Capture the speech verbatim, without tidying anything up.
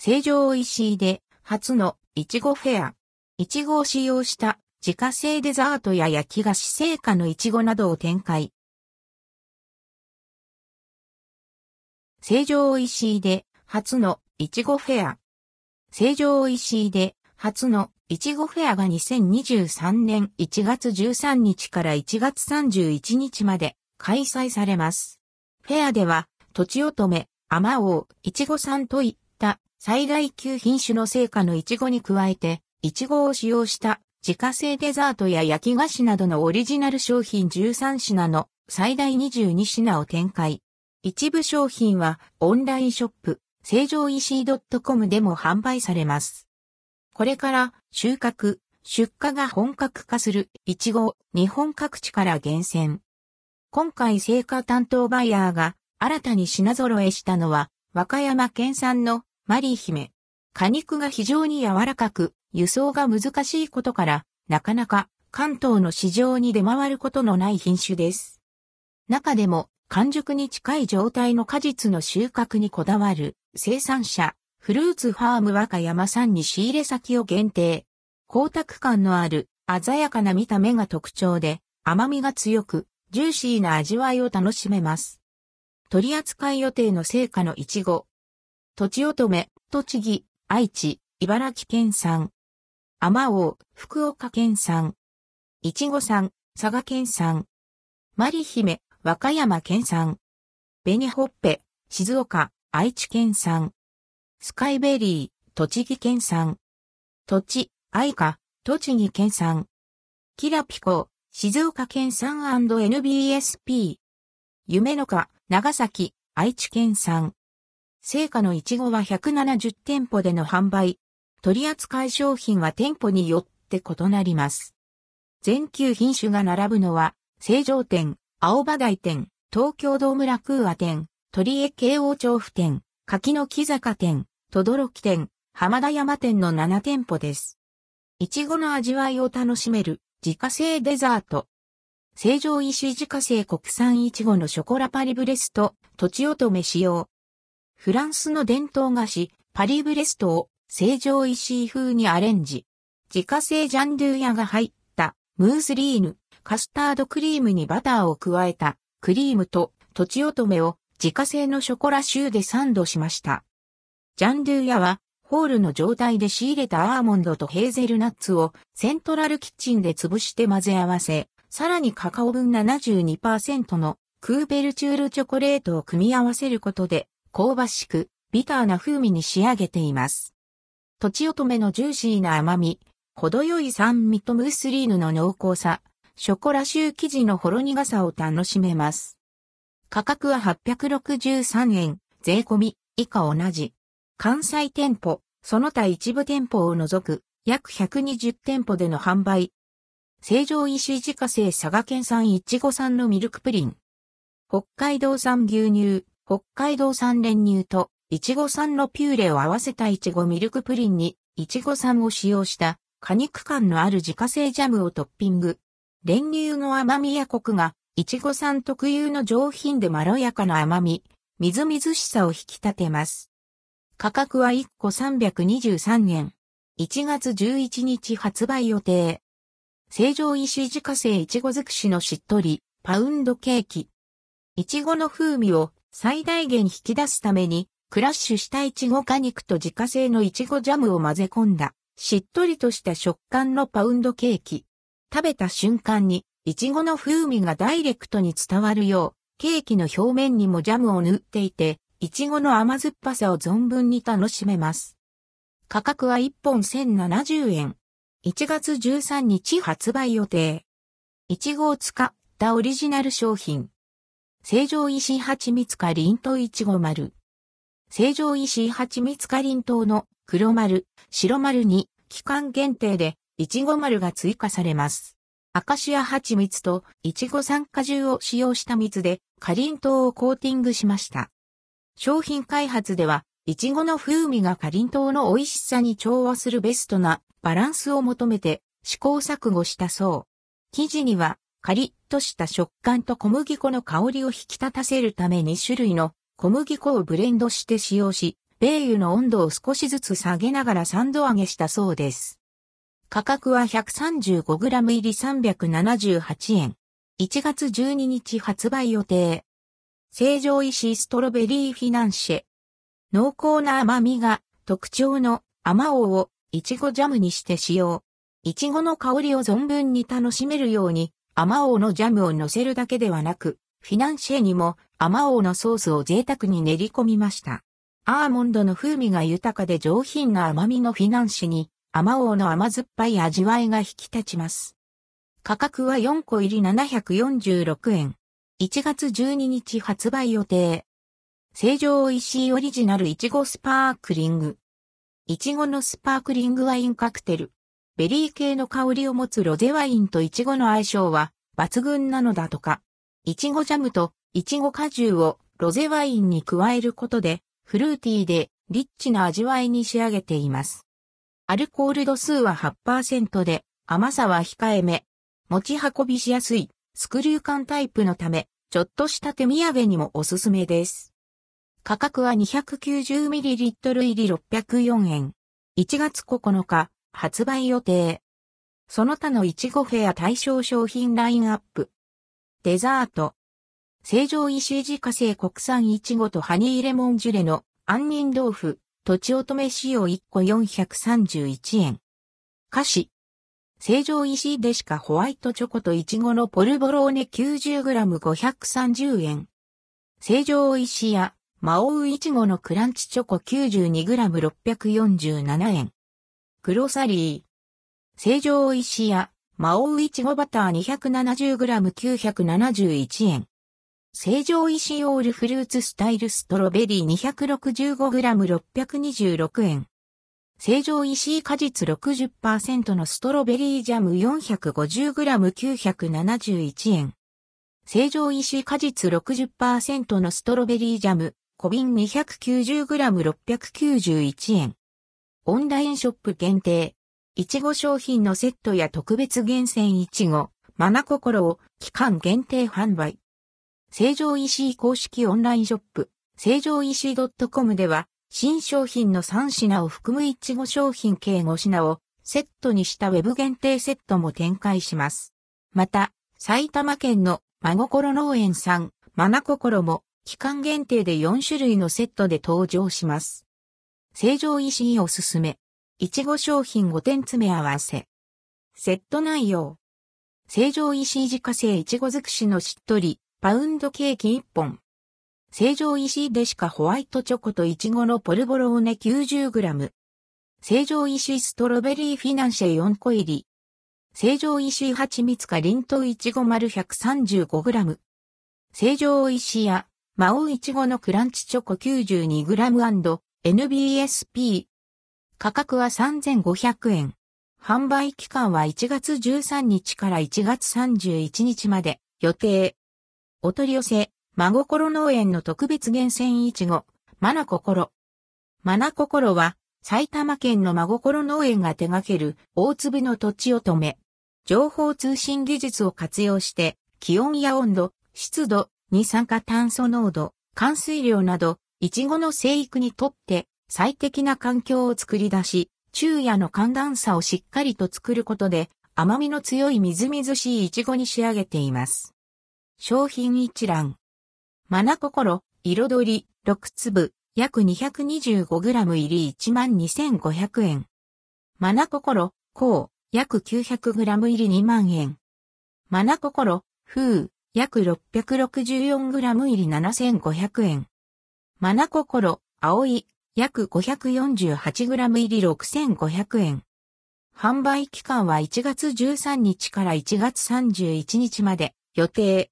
成城石井で初のいちごフェア。いちごを使用した自家製デザートや焼き菓子製菓のいちごなどを展開。成城石井で初のいちごフェア。成城石井で初のいちごフェアがにせんにじゅうさんねんいちがつじゅうさんにちからいちがつさんじゅういちにちまで開催されます。フェアでは、とちおとめ、あまおう、いちごさんといった最大きゅうひんしゅの製菓のいちごに加えて、いちごを使用した自家製デザートや焼き菓子などのオリジナル商品じゅうさんしなの最大にじゅうにしなを展開。一部商品はオンラインショップ、成城石井 .com でも販売されます。これから収穫、出荷が本格化するいちごを日本各地から厳選。今回製菓担当バイヤーが新たに品揃えしたのは和歌山県産のマリー姫。果肉が非常に柔らかく輸送が難しいことからなかなか関東の市場に出回ることのない品種です。中でも完熟に近い状態の果実の収穫にこだわる生産者。フルーツファーム和歌山さんに仕入れ先を限定。光沢感のある鮮やかな見た目が特徴で甘みが強くジューシーな味わいを楽しめます。取扱い予定の製菓のいちご。とちおとめ、栃木、愛知、茨城県産。あまおう、福岡県産。いちごさん、佐賀県産。まりひめ、和歌山県産。紅ほっぺ、静岡、愛知県産。スカイベリー、栃木県産。とち、あいか、栃木県産。キラピコ、静岡県産 &エヌビーエスピー。夢の花、長崎、愛知県産。製菓のいちごはひゃくななじゅってんぽでの販売。取扱い商品は店舗によって異なります。全きゅうひんしゅが並ぶのは、成城店、青葉台店、東京ドームラクーア店、鳥江京王調布店、柿の木坂店、等々力店、浜田山店のななてんぽです。いちごの味わいを楽しめる自家製デザート。成城石井自家製国産いちごのショコラパリブレスト、とちおとめ使用。フランスの伝統菓子、パリブレストを成城石井風にアレンジ。自家製ジャンドゥーヤが入ったムースリーヌ、カスタードクリームにバターを加えたクリームととちおとめを自家製のショコラシューでサンドしました。ジャンドゥーヤはホールの状態で仕入れたアーモンドとヘーゼルナッツをセントラルキッチンで潰して混ぜ合わせ、さらにカカオ分 ななじゅうにパーセント のクーベルチュールチョコレートを組み合わせることで香ばしくビターな風味に仕上げています。とちおとめのジューシーな甘み、程よい酸味とムースリーヌの濃厚さ、ショコラシュー生地のほろ苦さを楽しめます。価格ははっぴゃくろくじゅうさんえん、税込み、以下同じ。関西店舗、その他一部店舗を除く、約ひゃくにじゅってんぽでの販売。成城石井自家製佐賀県産いちご産のミルクプリン。北海道産牛乳、北海道産練乳と、いちご産のピューレを合わせたいちごミルクプリンに、いちご産を使用した果肉感のある自家製ジャムをトッピング。練乳の甘みやコクが、いちご産特有の上品でまろやかな甘み、みずみずしさを引き立てます。価格はいっこさんびゃくにじゅうさんえん。いちがつじゅういちにち発売予定。成城石井自家製いちご尽くしのしっとり、パウンドケーキ。いちごの風味を最大限引き出すために、クラッシュしたいちご果肉と自家製のいちごジャムを混ぜ込んだ、しっとりとした食感のパウンドケーキ。食べた瞬間に、いちごの風味がダイレクトに伝わるよう、ケーキの表面にもジャムを塗っていて、いちごの甘酸っぱさを存分に楽しめます。価格はいっぽんせんななじゅうえん。いちがつじゅうさんにち発売予定。いちごを使ったオリジナル商品。成城石井はちみつかりんとういちご丸。成城石井はちみつかりんとうの黒丸、白丸に期間限定でいちご丸が追加されます。アカシア蜂蜜といちご酸果汁を使用した蜜でかりんとうをコーティングしました。商品開発では、いちごの風味がかりんとうの美味しさに調和するベストなバランスを求めて試行錯誤したそう。生地にはカリッとした食感と小麦粉の香りを引き立たせるためにしゅるいの小麦粉をブレンドして使用し、 米油の温度を少しずつ下げながらさんど揚げしたそうです。価格は ひゃくさんじゅうごグラム 入りさんびゃくななじゅうはちえん。いちがつじゅうににち発売予定。成城石井ストロベリーフィナンシェ。濃厚な甘みが特徴のあまおうをいちごジャムにして使用。いちごの香りを存分に楽しめるように、あまおうのジャムを乗せるだけではなく、フィナンシェにもあまおうのソースを贅沢に練り込みました。アーモンドの風味が豊かで上品な甘みのフィナンシェに、あまおうの甘酸っぱい味わいが引き立ちます。価格はよんこ入りななひゃくよんじゅうろくえん。いちがつじゅうににち発売予定。成城石井オリジナルいちごスパークリング。いちごのスパークリングワインカクテル。ベリー系の香りを持つロゼワインといちごの相性は抜群なのだとか。いちごジャムといちご果汁をロゼワインに加えることでフルーティーでリッチな味わいに仕上げています。アルコール度数は はちパーセント で甘さは控えめ。持ち運びしやすいスクリュー缶タイプのためちょっとした手土産にもおすすめです。価格は にひゃくきゅうじゅうミリリットル 入りろっぴゃくよんえん。いちがつここのか発売予定。その他のいちごフェア対象商品ラインアップ。デザート。成城石井自家製国産いちごとハニーレモンジュレの杏仁豆腐、とちおとめ使用いっこよんひゃくさんじゅういちえん。菓子。成城石井デシカホワイトチョコといちごのポルボローネ きゅうじゅうグラムごひゃくさんじゅうえん。成城石井やマオウイチゴのクランチチョコ きゅうじゅうにグラムろっぴゃくよんじゅうななえん。グロサリー。成城石井やマオウイチゴバター にひゃくななじゅうグラムきゅうひゃくななじゅういちえん。成城石井オールフルーツスタイルストロベリー にひゃくろくじゅうごグラムろっぴゃくにじゅうろくえん。成城石井果実 ろくじゅっパーセント のストロベリージャム よんひゃくごじゅうグラムきゅうひゃくななじゅういちえん。成城石井果実 ろくじゅっパーセント のストロベリージャム、小瓶 にひゃくきゅうじゅうグラムろっぴゃくきゅうじゅういちえん。オンラインショップ限定。いちご商品のセットや特別厳選いちご、マナココロを期間限定販売。成城石井公式オンラインショップ、成城石井 .com では、新商品のさんしなを含むいちご商品計ごしなをセットにしたウェブ限定セットも展開します。また、埼玉県の真心農園さん、マナココロも期間限定でよんしゅるいのセットで登場します。成城石井おすすめ。いちご商品ごてん詰め合わせ。セット内容。成城石井自家製いちご尽くしのしっとり、パウンドケーキいっぽん。成城石井デシカホワイトチョコといちごのポルボローネ きゅうじゅうグラム。成城石井ストロベリーフィナンシェよんこ入り。成城石井蜂蜜かりんとういちご丸 ひゃくさんじゅうごグラム。成城石井やマオいちごのクランチチョコ きゅうじゅうにグラム エヌビーエスピー。価格はさんぜんごひゃくえん。販売期間はいちがつじゅうさんにちからいちがつさんじゅういちにちまで予定。お取り寄せ。真心農園の特別厳選いちご、マナココロ。マナココロは、埼玉県の真心農園が手掛ける大粒のとちおとめ。情報通信技術を活用して、気温や温度、湿度、二酸化炭素濃度、含水量など、いちごの生育にとって最適な環境を作り出し、昼夜の寒暖差をしっかりと作ることで、甘みの強いみずみずしいいちごに仕上げています。商品一覧。マナココロ、彩り、ろくつぶ、約 にひゃくにじゅうごグラム 入り いちまんにせんごひゃくえん。マナココロ、こう、約 きゅうひゃくグラム 入りにまんえん。マナココロ、風、約 ろっぴゃくろくじゅうよんグラム 入りななせんごひゃくえん。マナココロ、青い、約 ごひゃくよんじゅうはちグラム 入りろくせんごひゃくえん。販売期間はいちがつじゅうさんにちからいちがつさんじゅういちにちまで予定。